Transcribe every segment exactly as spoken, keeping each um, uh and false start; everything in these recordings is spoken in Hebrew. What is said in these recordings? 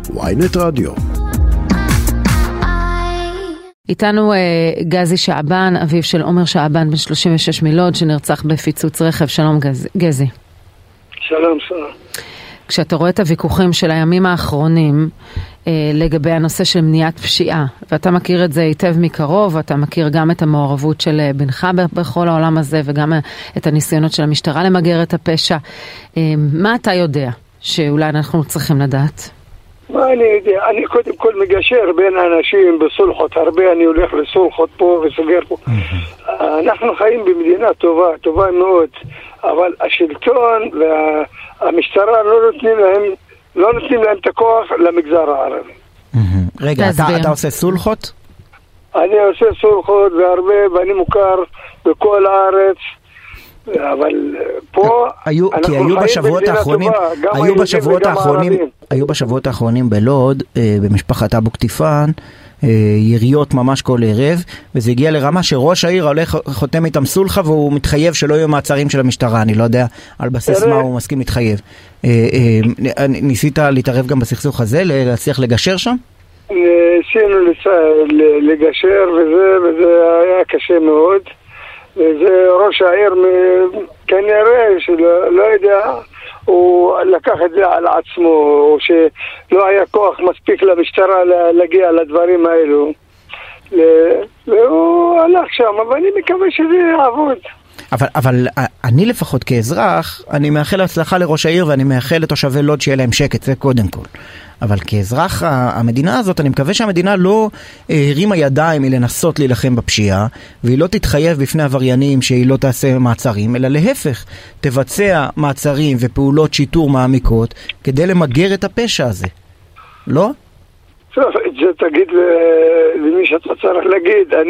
וויינט רדיו. איתנו גזי שעבן, אביו של עומר שעבן, בן שלושים ושש מלוד, שנרצח בפיצוץ רכב. שלום גזי. שלום, שלום. כשאתה רואה את הוויכוחים של הימים האחרונים אה, לגבי הנושא של מניעת פשיעה, ואתה מכיר את זה היטב מקרוב, ואתה מכיר גם את המעורבות של בנך בכל העולם הזה, וגם את הניסיונות של המשטרה למגר את הפשע, אה, מה אתה יודע שאולי אנחנו צריכים לדעת? מה אני יודע? אני קודם כל מגשר בין האנשים בסולחות, הרבה אני הולך לסולחות פה וסוגר פה. אנחנו חיים במדינה טובה, טובה מאוד, אבל השלטון והמשטרה לא נותנים להם, לא נותנים להם את הכוח למגזר הערבי. רגע, אתה עושה סולחות? אני עושה סולחות והרבה, ואני מוכר בכל הארץ. אבל פה היו, כי היו בשבועות האחרונים, היו בשבועות האחרונים, היו בשבועות האחרונים בלוד, במשפחת אבו קטיפן, יריות ממש כל ערב, וזה הגיע לרמה שראש העיר הולך חותם איתם סולחה, והוא מתחייב שלא יהיו מעצרים של המשטרה. אני לא יודע על בסיס מה הוא מסכים מתחייב. ניסית להתערב גם בסכסוך הזה, להצליח לגשר שם? ניסינו לגשר וזה, וזה היה קשה מאוד. וזה ראש העיר כנראה שלא לא יודע, הוא לקח את זה על עצמו, או שלא היה כוח מספיק למשטרה להגיע לדברים האלו, והוא הלך שם, אבל אני מקווה שזה יעבוד. אבל, אבל אני לפחות כאזרח, אני מאחל הצלחה לראש העיר, ואני מאחל לתושבי לוד שיהיה להם שקט, זה קודם כל. אבל כאזרח המדינה הזאת, אני מקווה שהמדינה לא הרימה ידיים מלנסות להילחם בפשיעה, והיא לא תתחייב בפני עבריינים שהיא לא תעשה מעצרים, אלא להפך, תבצע מעצרים ופעולות שיטור מעמיקות, כדי למגר את הפשע הזה. לא? טוב, את זה תגיד למי שאתה צריך להגיד. אני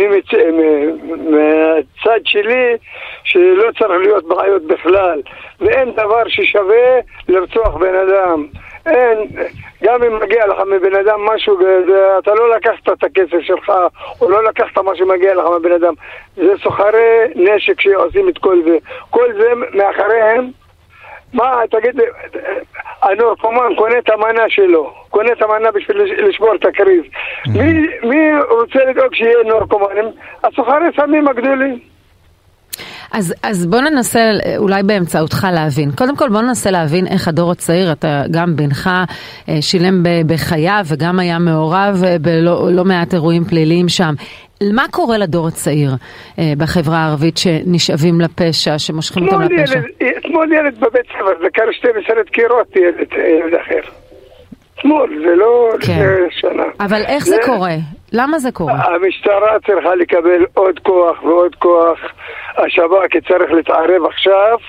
מהצד שלי שלא צריך להיות בעיות בכלל, ואין דבר ששווה לרצוח בן אדם. אין, גם אם מגיע לך מבן אדם משהו, אתה לא לקחת את הכסף שלך, או לא לקחת מה שמגיע לך מבן אדם. זה סוחרי נשק שעושים את כל זה. כל זה מאחריהם. מה, תגיד, הנורקומן קונה את המנה שלו, קונה את המנה בשביל לשבור את הקריז. מי, מי רוצה לדאוג שיהיה נורקומנים? הסוחרי סמים הגדולים. אז, אז בוא ננסה אולי באמצעותך להבין. קודם כל בוא ננסה להבין איך הדור הצעיר, אתה גם בנך שילם בחייו וגם היה מעורב בלא לא מעט אירועים פליליים שם. מה קורה לדור הצעיר בחברה הערבית שנשאבים לפשע, שמושכים אותם לפשע? אתמול ילד בבית ספר, זה קרה שתים עשרה דקירות ילד, ילד אחר. אתמול, זה לא שנה. אבל איך זה קורה? למה זה קורה? המשטרה צריכה לקבל עוד כוח ועוד כוח. השב"כ צריך להתערב עכשיו.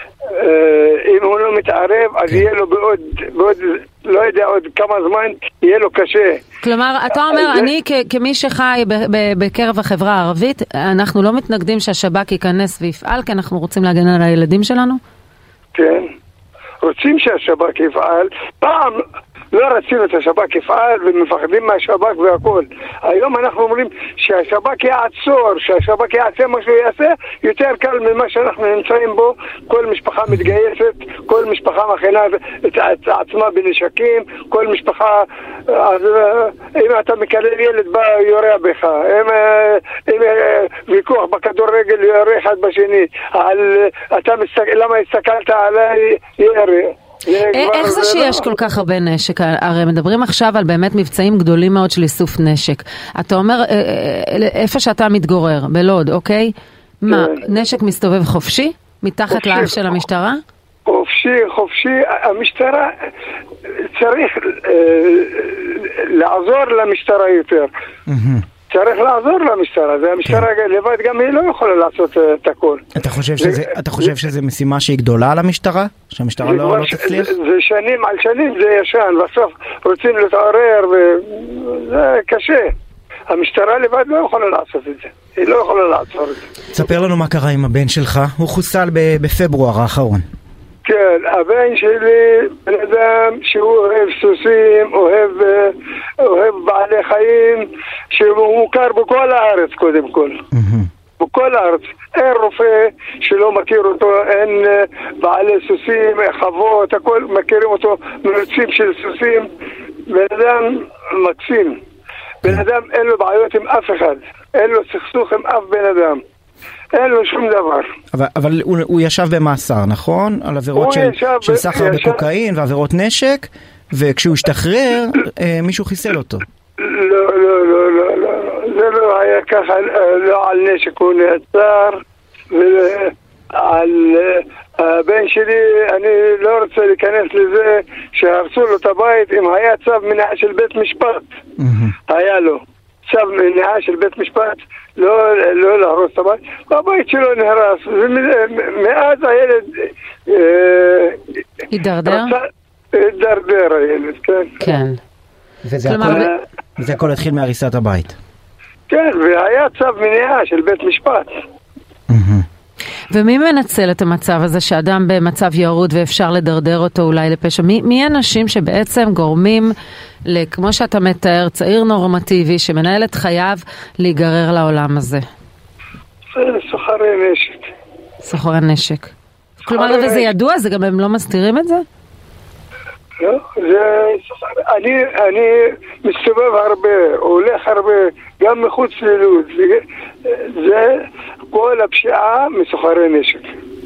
אם הוא לא מתערב, אז יהיה לו בעוד, בעוד, לא יודע, עוד כמה זמן, יהיה לו קשה. כלומר, אתה אומר, אני כמי שחי בקרב החברה הערבית, אנחנו לא מתנגדים שהשב"כ ייכנס ויפעל, כי אנחנו רוצים להגן על הילדים שלנו? כן. רוצים שהשב"כ יפעל. פעם לא רצינו את השב"כ יפעל ומפחדים מהשב"כ והכל. היום אנחנו אומרים שהשב"כ יעצור, שהשב"כ יעשה מה שהוא יעשה, יותר קל ממה שאנחנו נמצאים בו. כל משפחה מתגייסת, כל משפחה מכינה את עצמה בנשקים, כל משפחה, אז, אם אתה מקלל ילד בא יורה בך, אם, אם ויכוח בכדורגל יורה אחד בשני, על, אתה מסתק, למה הסתכלת עליי ירה. איך זה שיש כל כך הרבה נשק? הרי מדברים עכשיו על באמת מבצעים גדולים מאוד של איסוף נשק. אתה אומר, איפה שאתה מתגורר, בלוד, אוקיי? מה, נשק מסתובב חופשי? מתחת לאף של המשטרה? חופשי, חופשי. המשטרה צריך לעזור למשטרה יותר. צריך לעזור למשטרה, והמשטרה לבד גם היא לא יכולה לעשות את הכל. אתה חושב שזה, אתה חושב שזה משימה שהיא גדולה למשטרה? שהמשטרה לא תצליח? זה שנים על שנים, זה ישן, בסוף רוצים להתעורר, וזה קשה. המשטרה לבד לא יכולה לעשות את זה. היא לא יכולה לעצור את זה. תספר לנו מה קרה עם הבן שלך. הוא חוסל בפברואר האחרון. כן, הבן שלי בן אדם שהוא אוהב סוסים, אוהב, אוהב בעלי חיים, שהוא מוכר בכל הארץ קודם כל. בכל הארץ. אין רופא שלא מכיר אותו, אין בעלי סוסים, חוות, הכל מכירים אותו, מרצים של סוסים. בן אדם מקסים. בן אדם אין לו בעיות עם אף אחד. אין לו סכסוך עם אף בן אדם. אין לו שום דבר. אבל, אבל הוא, הוא ישב במאסר, נכון? על עבירות של, של סחר בקוקאין ועבירות נשק, וכשהוא השתחרר, מישהו חיסל אותו. לא, לא, לא, לא, לא. זה לא היה ככה, לא על נשק הוא נעצר, ועל הבן שלי, אני לא רוצה להיכנס לזה שהרסו לו את הבית, אם היה צו מניעה של בית משפט, היה לו. צו מניעה של בית משפט, לא, לא להרוס את הבית, והבית שלו נהרס, ומאז הילד הידרדר? הידרדר הילד, כן. כן. וזה הכל, וזה הכל התחיל מהריסת הבית. כן, והיה צו מניעה של בית משפט. ומי מנצל את המצב הזה שאדם במצב ירוד ואפשר לדרדר אותו אולי לפשע? מי, מי אנשים שבעצם גורמים, כמו שאתה מתאר, צעיר נורמטיבי שמנהל את חייו להיגרר לעולם הזה? סוחרי נשק. סוחרי נשק. כלומר, וזה ידוע? זה גם הם לא מסתירים את זה? לא, זה סוחרי. אני, אני מסתובב הרבה, הולך הרבה, גם מחוץ ללוד. זה, זה כל הפשיעה מסוחרי נשק.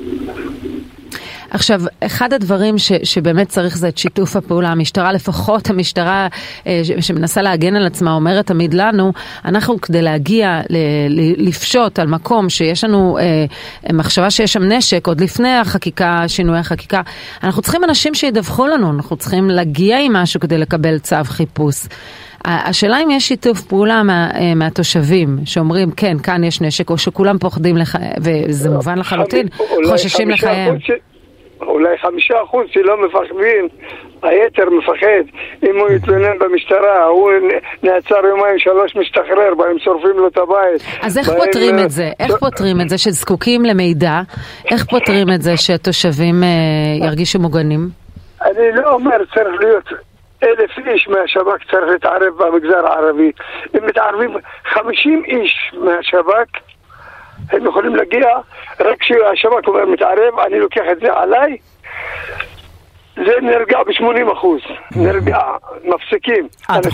עכשיו, אחד הדברים ש, שבאמת צריך זה את שיתוף הפעולה. המשטרה, לפחות המשטרה אה, שמנסה להגן על עצמה, אומרת תמיד לנו, אנחנו כדי להגיע ל, ל, לפשוט על מקום שיש לנו אה, מחשבה שיש שם נשק, עוד לפני החקיקה, שינוי החקיקה, אנחנו צריכים אנשים שידווחו לנו, אנחנו צריכים להגיע עם משהו כדי לקבל צו חיפוש. השאלה אם יש שיתוף פעולה מה, מהתושבים שאומרים כן, כאן יש נשק, או שכולם פוחדים לך, וזה מובן לחלוטין, חוששים לחייהם. אולי חמישה אחוז שלא מפחדים, היתר מפחד. אם הוא יתלונן במשטרה, הוא נעצר יומיים שלוש משתחרר, והם שורפים לו את הבית. אז איך פותרים את זה? איך פותרים את זה שזקוקים למידע? איך פותרים את זה שהתושבים ירגישו מוגנים? אני לא אומר צריך להיות אלף איש מהשב"כ צריך להתערב במגזר הערבי. אם מתערבים חמישים איש מהשב"כ, הם יכולים להגיע, רק כשהשב"כ אומר מתערב, אני לוקח את זה עליי, זה נרגע ב-שמונים אחוז, נרגע, מפסיקים.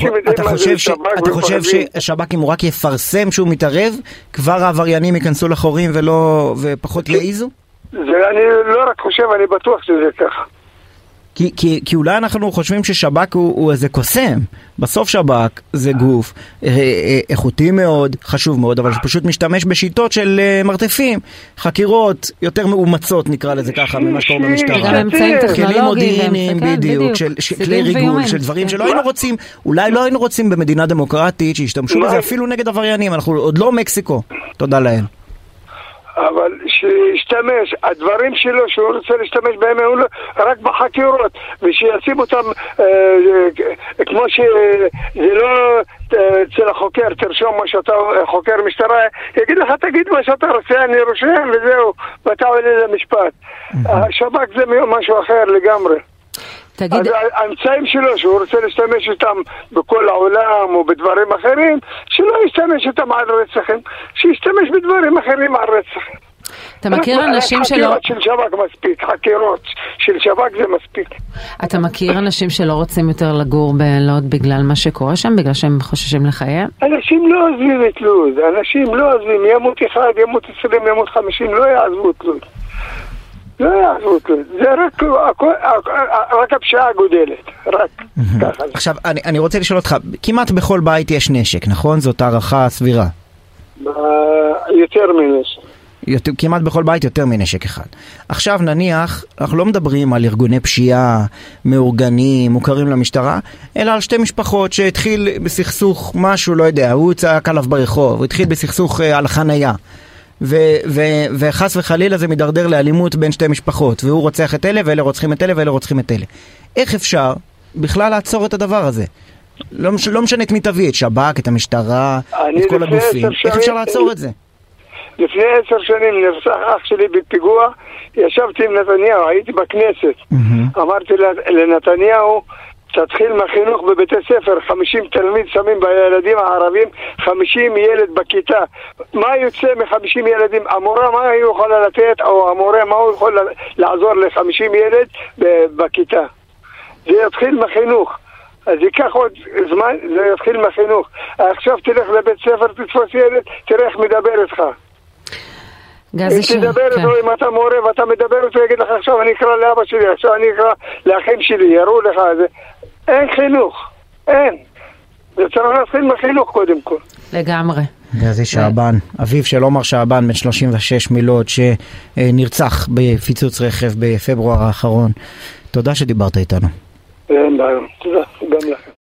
אתה חושב שהשב"כ אם הוא רק יפרסם שהוא מתערב, כבר העבריינים ייכנסו לחורים ופחות יעיזו? אני לא רק חושב, אני בטוח שזה ככה. כי, כי, כי אולי אנחנו חושבים ששב"כ הוא, הוא איזה קוסם. בסוף שב"כ זה גוף אה, אה, איכותי מאוד, חשוב מאוד, אבל שפשוט משתמש בשיטות של אה, מרתפים, חקירות יותר מאומצות נקרא לזה ככה ממה שקורה במשטרה. וגם אמצעים טכנולוגיים. כלים מודיעיניים בדיוק, של, של כלי ריגול, של דברים שלא היינו רוצים, אולי לא היינו רוצים במדינה דמוקרטית שישתמשו בזה אפילו נגד עבריינים, אנחנו עוד לא מקסיקו, תודה להם. אבל שישתמש, הדברים שלו שהוא רוצה להשתמש בהם הוא לא, רק בחקירות, ושישים אותם אה, כמו שזה לא אצל החוקר, תרשום מה שאתה חוקר משטרה, יגיד לך תגיד מה שאתה רוצה, אני רושם וזהו, ואתה עולה למשפט. השב"כ זה משהו אחר לגמרי. תגיד... האמצעים שלו שהוא רוצה להשתמש איתם בכל העולם או בדברים אחרים, שלא ישתמש איתם על רצחים, שישתמש בדברים אחרים על רצחים. אתה מכיר אנשים שלא... חקירות של שב"כ מספיק, חקירות של שב"כ זה מספיק. אתה מכיר אנשים שלא רוצים יותר לגור בלוד בגלל מה שקורה שם, בגלל שהם חוששים לחייהם? אנשים לא עוזבים את לוד, אנשים לא עוזבים, ימות אחד, ימות עשרים, ימות חמישים, לא יעזבו את לוד. לא יעזבו את לוד, זה רק, רק הפשיעה גודלת, רק ככה. עכשיו, אני, אני רוצה לשאול אותך, כמעט בכל בית יש נשק, נכון? זאת הערכה סבירה. יותר מנשק. יותר, כמעט בכל בית יותר מנשק אחד. עכשיו נניח, אנחנו לא מדברים על ארגוני פשיעה, מאורגנים, מוכרים למשטרה, אלא על שתי משפחות שהתחיל בסכסוך משהו, לא יודע, הוא צעק עליו ברחוב, הוא התחיל בסכסוך על חנייה. ו- ו- וחס וחלילה זה מדרדר לאלימות בין שתי משפחות, והוא רוצח את אלה ואלה רוצחים את אלה ואלה רוצחים את אלה. איך אפשר בכלל לעצור את הדבר הזה? לא, מש- לא משנה את מי תביא, את שב"כ, את המשטרה, את כל הגופים. איך אפשר לעצור את זה? לפני עשר שנים נרצח אח שלי בפיגוע, ישבתי עם נתניהו, הייתי בכנסת. Mm-hmm. אמרתי לנתניהו, תתחיל מהחינוך בבתי ספר, חמישים תלמיד שמים בילדים הערבים, חמישים ילד בכיתה. מה יוצא מ-חמישים ילדים? המורה מה היא יכולה לתת, או המורה מה הוא יכול לעזור ל-חמישים ילד בכיתה? זה יתחיל מהחינוך. אז ייקח עוד זמן, זה יתחיל מהחינוך. עכשיו תלך לבית ספר, תתפוס ילד, תראה איך מדבר איתך. אם תדבר איתו, אם אתה מורה ואתה מדבר איתו, יגיד לך עכשיו אני אקרא לאבא שלי, עכשיו אני אקרא לאחים שלי, יראו לך, אין חינוך, אין. זה צריך להתחיל מהחינוך קודם כל. לגמרי. גזי שעבן, אביו של עומר שעבן, בן שלושים ושש מלוד, שנרצח בפיצוץ רכב בפברואר האחרון. תודה שדיברת איתנו. אין בעיה, תודה.